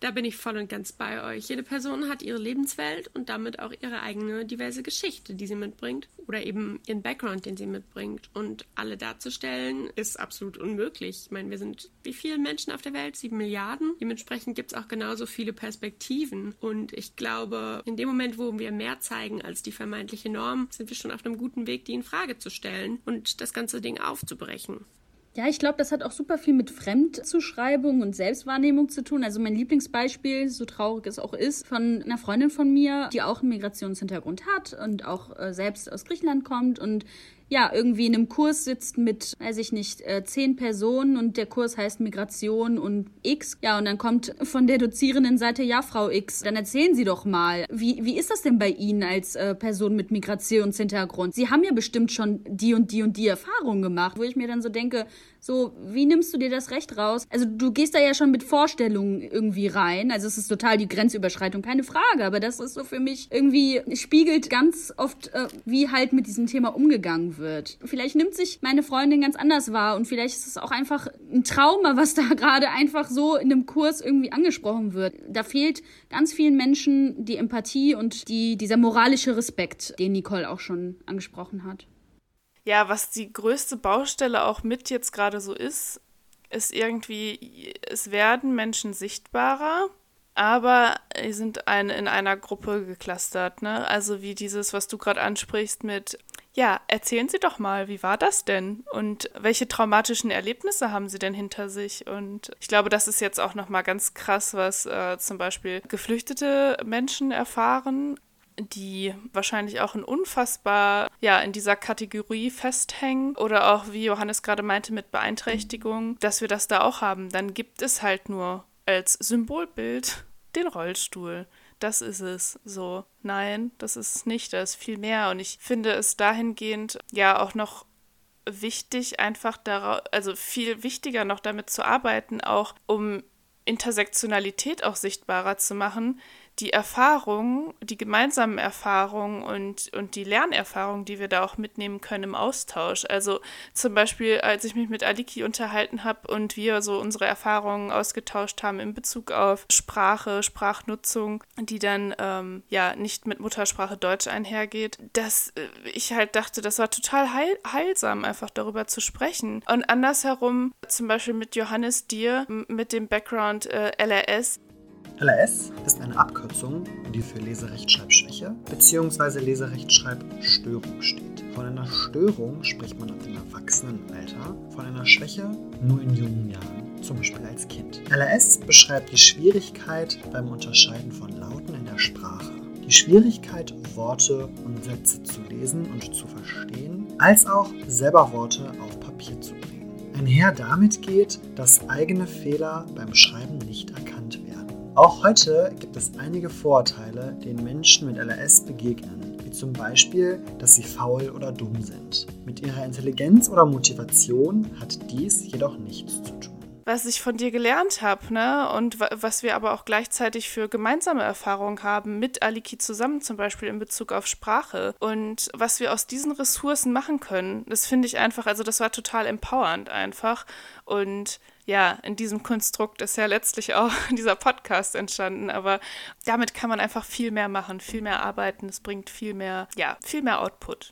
Da bin ich voll und ganz bei euch. Jede Person hat ihre Lebenswelt und damit auch ihre eigene diverse Geschichte, die sie mitbringt oder eben ihren Background, den sie mitbringt. Und alle darzustellen, ist absolut unmöglich. Ich meine, wir sind wie viele Menschen auf der Welt? Sieben Milliarden. Dementsprechend gibt es auch genauso viele Perspektiven. Und ich glaube, in dem Moment, wo wir mehr zeigen als die vermeintliche Norm, sind wir schon auf einem guten Weg, die in Frage zu stellen und das ganze Ding aufzubrechen. Ja, ich glaube, das hat auch super viel mit Fremdzuschreibung und Selbstwahrnehmung zu tun. Also mein Lieblingsbeispiel, so traurig es auch ist, von einer Freundin von mir, die auch einen Migrationshintergrund hat und auch äh, selbst aus Griechenland kommt und ja, irgendwie in einem Kurs sitzt mit, weiß ich nicht, äh, zehn Personen und der Kurs heißt Migration und X. Ja, und dann kommt von der dozierenden Seite, ja, Frau X, dann erzählen Sie doch mal, wie, wie ist das denn bei Ihnen als äh, Person mit Migrationshintergrund? Sie haben ja bestimmt schon die und die und die Erfahrungen gemacht, wo ich mir dann so denke, so, wie nimmst du dir das Recht raus? Also du gehst da ja schon mit Vorstellungen irgendwie rein. Also es ist total die Grenzüberschreitung, keine Frage. Aber das ist so für mich irgendwie, spiegelt ganz oft, äh, wie halt mit diesem Thema umgegangen wird. Vielleicht nimmt sich meine Freundin ganz anders wahr und vielleicht ist es auch einfach ein Trauma, was da gerade einfach so in einem Kurs irgendwie angesprochen wird. Da fehlt ganz vielen Menschen die Empathie und die, dieser moralische Respekt, den Nicole auch schon angesprochen hat. Ja, was die größte Baustelle auch mit jetzt gerade so ist, ist irgendwie, es werden Menschen sichtbarer, aber sie sind ein, in einer Gruppe geclustert, ne? Also wie dieses, was du gerade ansprichst mit, ja, erzählen Sie doch mal, wie war das denn? Und welche traumatischen Erlebnisse haben Sie denn hinter sich? Und ich glaube, das ist jetzt auch nochmal ganz krass, was äh, zum Beispiel geflüchtete Menschen erfahren, die wahrscheinlich auch in unfassbar, ja, in dieser Kategorie festhängen oder auch, wie Johannes gerade meinte, mit Beeinträchtigung, dass wir das da auch haben. Dann gibt es halt nur als Symbolbild den Rollstuhl. Das ist es. So, nein, das ist es nicht, da ist viel mehr. Und ich finde es dahingehend ja auch noch wichtig, einfach darauf, also viel wichtiger noch damit zu arbeiten, auch um Intersektionalität auch sichtbarer zu machen, die Erfahrungen, die gemeinsamen Erfahrungen und, und die Lernerfahrungen, die wir da auch mitnehmen können im Austausch. Also zum Beispiel, als ich mich mit Aliki unterhalten habe und wir so unsere Erfahrungen ausgetauscht haben in Bezug auf Sprache, Sprachnutzung, die dann ähm, ja nicht mit Muttersprache Deutsch einhergeht, dass äh, ich halt dachte, das war total heil- heilsam, einfach darüber zu sprechen. Und andersherum, zum Beispiel mit Johannes dir, m- mit dem Background äh, L R S, L R S ist eine Abkürzung, die für Leserechtschreibschwäche bzw. Leserechtschreibstörung steht. Von einer Störung spricht man ab dem Erwachsenenalter, von einer Schwäche nur in jungen Jahren, zum Beispiel als Kind. L R S beschreibt die Schwierigkeit beim Unterscheiden von Lauten in der Sprache. Die Schwierigkeit, Worte und Sätze zu lesen und zu verstehen, als auch selber Worte auf Papier zu bringen. Einher damit geht, dass eigene Fehler beim Schreiben nicht erkannt werden. Auch heute gibt es einige Vorurteile, denen Menschen mit L R S begegnen, wie zum Beispiel, dass sie faul oder dumm sind. Mit ihrer Intelligenz oder Motivation hat dies jedoch nichts zu tun. Was ich von dir gelernt habe, ne, und w- was wir aber auch gleichzeitig für gemeinsame Erfahrungen haben mit Aliki zusammen, zum Beispiel in Bezug auf Sprache und was wir aus diesen Ressourcen machen können, das finde ich einfach, also das war total empowernd einfach und ja, in diesem Konstrukt ist ja letztlich auch dieser Podcast entstanden, aber damit kann man einfach viel mehr machen, viel mehr arbeiten, es bringt viel mehr, ja, viel mehr Output.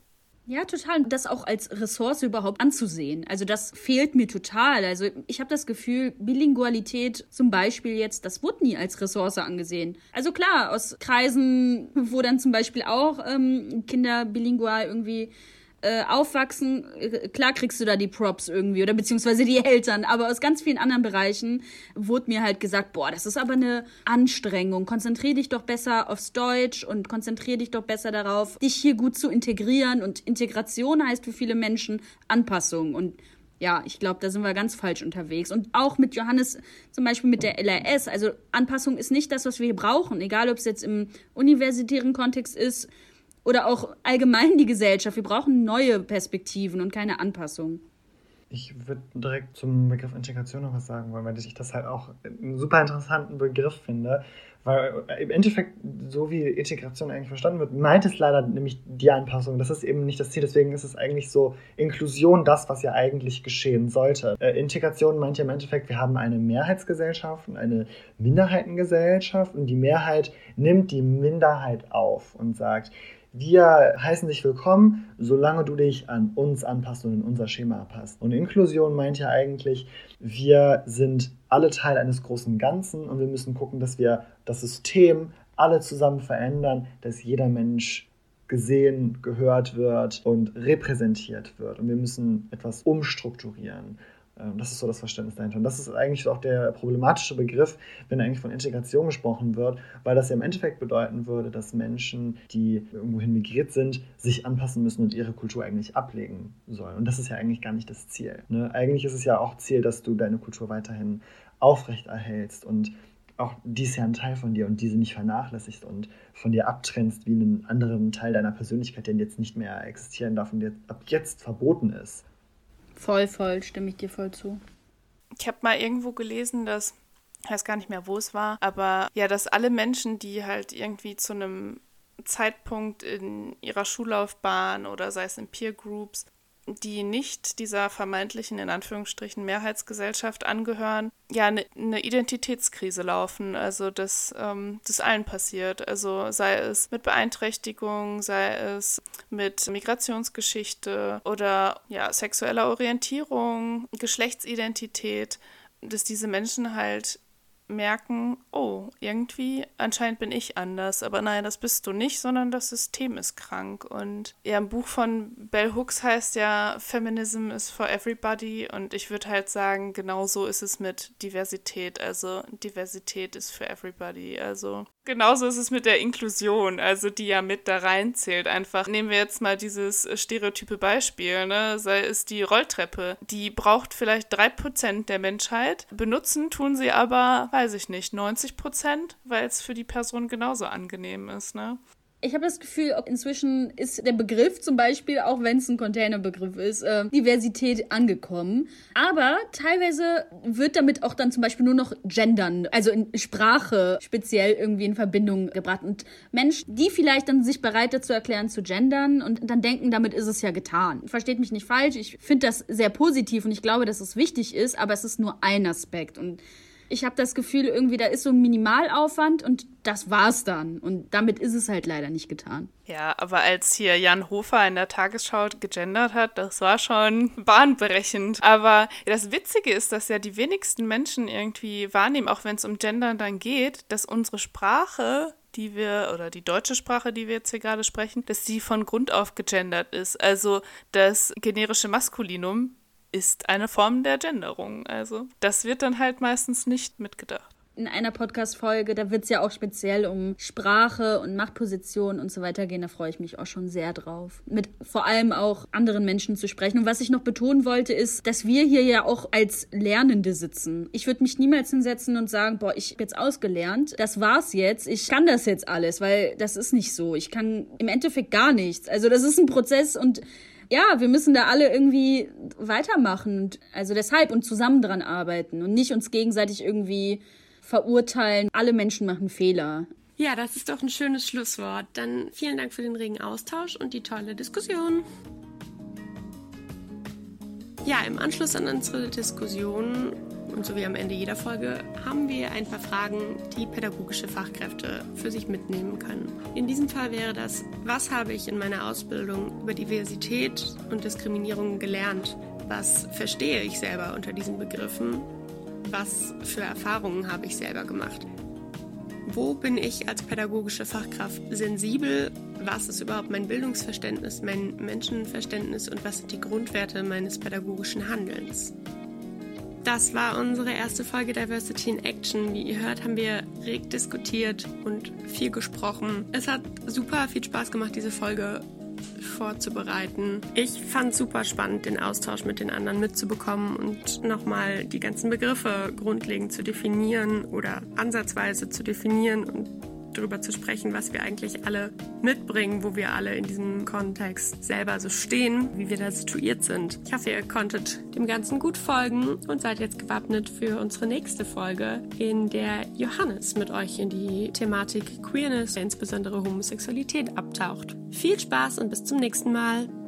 Ja, total. Das auch als Ressource überhaupt anzusehen. Also das fehlt mir total. Also ich habe das Gefühl, Bilingualität zum Beispiel jetzt, das wurde nie als Ressource angesehen. Also klar, aus Kreisen, wo dann zum Beispiel auch ähm, Kinder bilingual irgendwie äh, aufwachsen, äh, klar kriegst du da die Props irgendwie oder beziehungsweise die Eltern, aber aus ganz vielen anderen Bereichen wurde mir halt gesagt, boah, das ist aber eine Anstrengung, konzentrier dich doch besser aufs Deutsch und konzentrier dich doch besser darauf, dich hier gut zu integrieren und Integration heißt für viele Menschen Anpassung und ja, ich glaube, da sind wir ganz falsch unterwegs. Und auch mit Johannes, zum Beispiel mit der L R S, also Anpassung ist nicht das, was wir hier brauchen, egal ob es jetzt im universitären Kontext ist, oder auch allgemein die Gesellschaft. Wir brauchen neue Perspektiven und keine Anpassung. Ich würde direkt zum Begriff Integration noch was sagen wollen, weil ich das halt auch einen super interessanten Begriff finde, Weil im Endeffekt, so wie Integration eigentlich verstanden wird, meint es leider nämlich die Anpassung. Das ist eben nicht das Ziel. Deswegen ist es eigentlich so Inklusion das, was ja eigentlich geschehen sollte. Äh, Integration meint ja im Endeffekt, wir haben eine Mehrheitsgesellschaft und eine Minderheitengesellschaft und die Mehrheit nimmt die Minderheit auf und sagt, wir heißen dich willkommen, solange du dich an uns anpasst und in unser Schema passt. Und Inklusion meint ja eigentlich, wir sind alle Teil eines großen Ganzen und wir müssen gucken, dass wir das System alle zusammen verändern, dass jeder Mensch gesehen, gehört wird und repräsentiert wird. Und wir müssen etwas umstrukturieren. Das ist so das Verständnis dahinter. Und das ist eigentlich auch der problematische Begriff, wenn eigentlich von Integration gesprochen wird, weil das ja im Endeffekt bedeuten würde, dass Menschen, die irgendwohin migriert sind, sich anpassen müssen und ihre Kultur eigentlich ablegen sollen. Und das ist ja eigentlich gar nicht das Ziel. Ne? Eigentlich ist es ja auch Ziel, dass du deine Kultur weiterhin aufrechterhältst und auch die ist ja ein Teil von dir und diese nicht vernachlässigst und von dir abtrennst wie einen anderen Teil deiner Persönlichkeit, der jetzt nicht mehr existieren darf und der ab jetzt verboten ist. Voll, voll, stimme ich dir voll zu. Ich habe mal irgendwo gelesen, dass, ich weiß gar nicht mehr, wo es war, aber ja, dass alle Menschen, die halt irgendwie zu einem Zeitpunkt in ihrer Schullaufbahn oder sei es in Peer Groups, die nicht dieser vermeintlichen, in Anführungsstrichen, Mehrheitsgesellschaft angehören, ja, eine ne Identitätskrise laufen. Also, dass ähm, das allen passiert. Also, sei es mit Beeinträchtigung, sei es mit Migrationsgeschichte oder ja, sexueller Orientierung, Geschlechtsidentität, dass diese Menschen halt merken, oh, irgendwie, anscheinend bin ich anders, aber nein, das bist du nicht, sondern das System ist krank. Und ja, im Buch von Bell Hooks heißt ja, Feminism is for everybody und ich würde halt sagen, genau so ist es mit Diversität, also Diversität ist for everybody, also genauso ist es mit der Inklusion, also die ja mit da reinzählt. Einfach nehmen wir jetzt mal dieses stereotype Beispiel, ne? Sei es die Rolltreppe. Die braucht vielleicht drei Prozent der Menschheit. Benutzen tun sie aber, weiß ich nicht, neunzig Prozent, weil es für die Person genauso angenehm ist, ne? Ich habe das Gefühl, inzwischen ist der Begriff zum Beispiel, auch wenn es ein Containerbegriff ist, äh, Diversität angekommen. Aber teilweise wird damit auch dann zum Beispiel nur noch Gendern, also in Sprache speziell irgendwie in Verbindung gebracht. Und Menschen, die vielleicht dann sich bereit dazu erklären zu gendern und dann denken, damit ist es ja getan. Versteht mich nicht falsch, ich finde das sehr positiv und ich glaube, dass es wichtig ist, aber es ist nur ein Aspekt. Und ich habe das Gefühl, irgendwie da ist so ein Minimalaufwand und das war's dann. Und damit ist es halt leider nicht getan. Ja, aber als hier Jan Hofer in der Tagesschau gegendert hat, das war schon bahnbrechend. Aber das Witzige ist, dass ja die wenigsten Menschen irgendwie wahrnehmen, auch wenn es um Gendern dann geht, dass unsere Sprache, die wir, oder die deutsche Sprache, die wir jetzt hier gerade sprechen, dass die von Grund auf gegendert ist. Also das generische Maskulinum ist eine Form der Genderung. Also das wird dann halt meistens nicht mitgedacht. In einer Podcast-Folge, da wird es ja auch speziell um Sprache und Machtposition und so weiter gehen. Da freue ich mich auch schon sehr drauf. Mit vor allem auch anderen Menschen zu sprechen. Und was ich noch betonen wollte, ist, dass wir hier ja auch als Lernende sitzen. Ich würde mich niemals hinsetzen und sagen, boah, ich habe jetzt ausgelernt, das war's jetzt, ich kann das jetzt alles, weil das ist nicht so. Ich kann im Endeffekt gar nichts. Also das ist ein Prozess und ja, wir müssen da alle irgendwie weitermachen. Also deshalb und zusammen dran arbeiten und nicht uns gegenseitig irgendwie verurteilen. Alle Menschen machen Fehler. Ja, das ist doch ein schönes Schlusswort. Dann vielen Dank für den regen Austausch und die tolle Diskussion. Ja, im Anschluss an unsere Diskussion und so wie am Ende jeder Folge haben wir ein paar Fragen, die pädagogische Fachkräfte für sich mitnehmen können. In diesem Fall wäre das, was habe ich in meiner Ausbildung über Diversität und Diskriminierung gelernt? Was verstehe ich selber unter diesen Begriffen? Was für Erfahrungen habe ich selber gemacht? Wo bin ich als pädagogische Fachkraft sensibel? Was ist überhaupt mein Bildungsverständnis, mein Menschenverständnis und was sind die Grundwerte meines pädagogischen Handelns? Das war unsere erste Folge Diversity in Action. Wie ihr hört, haben wir reg diskutiert und viel gesprochen. Es hat super viel Spaß gemacht, diese Folge vorzubereiten. Ich fand es super spannend, den Austausch mit den anderen mitzubekommen und nochmal die ganzen Begriffe grundlegend zu definieren oder ansatzweise zu definieren und darüber zu sprechen, was wir eigentlich alle mitbringen, wo wir alle in diesem Kontext selber so stehen, wie wir da situiert sind. Ich hoffe, ihr konntet dem Ganzen gut folgen und seid jetzt gewappnet für unsere nächste Folge, in der Johannes mit euch in die Thematik Queerness, insbesondere Homosexualität, abtaucht. Viel Spaß und bis zum nächsten Mal.